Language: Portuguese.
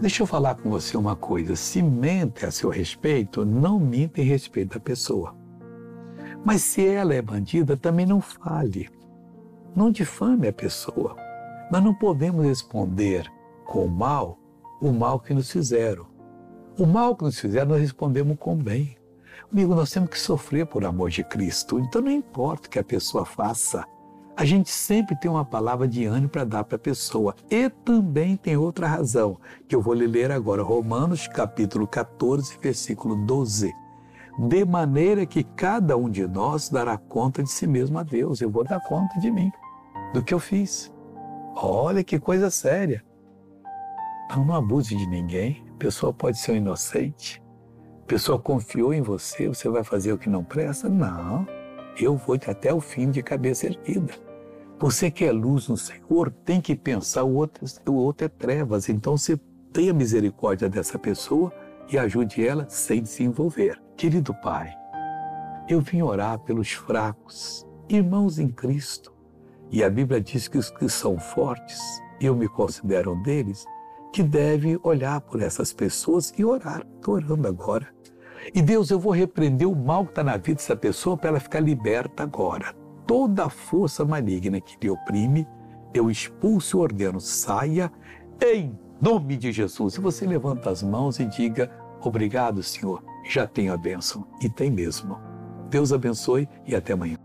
Deixa eu falar com você uma coisa. Se mente a seu respeito, não minta em respeito da pessoa. Mas se ela é bandida, também não fale. Não difame a pessoa. Nós não podemos responder com o mal que nos fizeram. O mal que nos fizeram, nós respondemos com o bem. Amigo, nós temos que sofrer por amor de Cristo. Então não importa o que a pessoa faça. A gente sempre tem uma palavra de ânimo para dar para a pessoa. E também tem outra razão, que eu vou lhe ler agora. Romanos capítulo 14, versículo 12. De maneira que cada um de nós dará conta de si mesmo a Deus. Eu vou dar conta de mim, do que eu fiz. Olha que coisa séria. Então não abuse de ninguém. A pessoa pode ser um inocente. A pessoa confiou em você, você vai fazer o que não presta? Não. Eu vou até o fim de cabeça erguida. Você que é luz no Senhor, tem que pensar, o outro é trevas. Então você tenha misericórdia dessa pessoa e ajude ela sem se envolver. Querido Pai, eu vim orar pelos fracos, irmãos em Cristo. E a Bíblia diz que os que são fortes, eu me considero um deles, que deve olhar por essas pessoas e orar. Estou orando agora. E Deus, eu vou repreender o mal que está na vida dessa pessoa para ela ficar liberta agora. Toda a força maligna que lhe oprime, eu expulso e ordeno, saia em nome de Jesus. E você levanta as mãos e diga, obrigado, Senhor, já tenho a bênção. E tem mesmo. Deus abençoe e até amanhã.